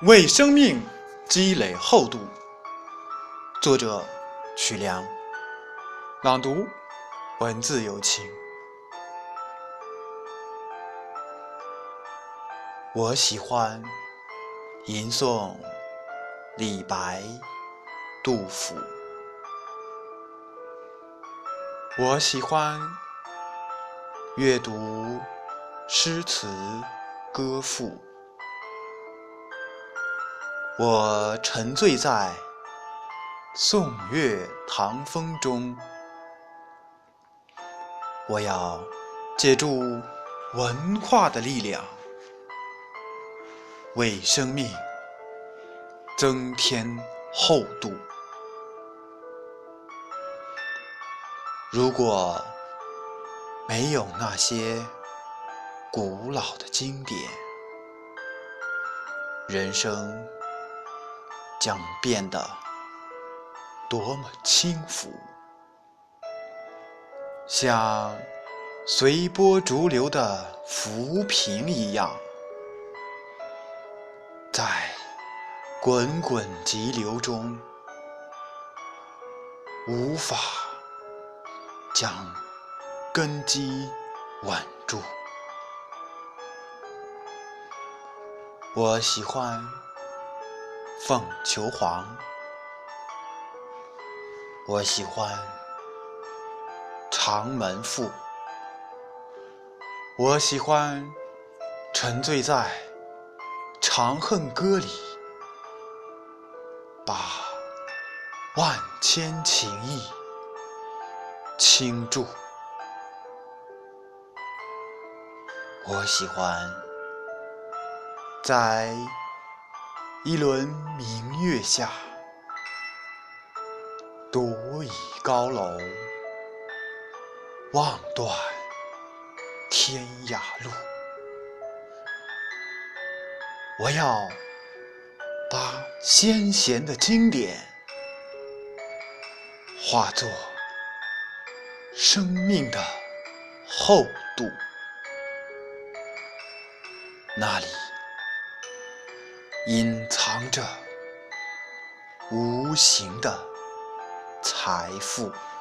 为生命积累厚度。作者曲梁，朗读文字有情。我喜欢吟诵李白、杜甫，我喜欢阅读诗词歌赋，我沉醉在宋月唐风中。我要借助文化的力量，为生命增添厚度。如果没有那些古老的经典，人生将变得多么轻浮，像随波逐流的浮萍一样，在滚滚急流中无法将根基稳住。我喜欢凤求凰，我喜欢长门赋，我喜欢沉醉在长恨歌里，把万千情意倾注。我喜欢在一轮明月下，独倚高楼，望断天涯路。我要把先贤的经典化作生命的厚度，那里隐藏着无形的财富。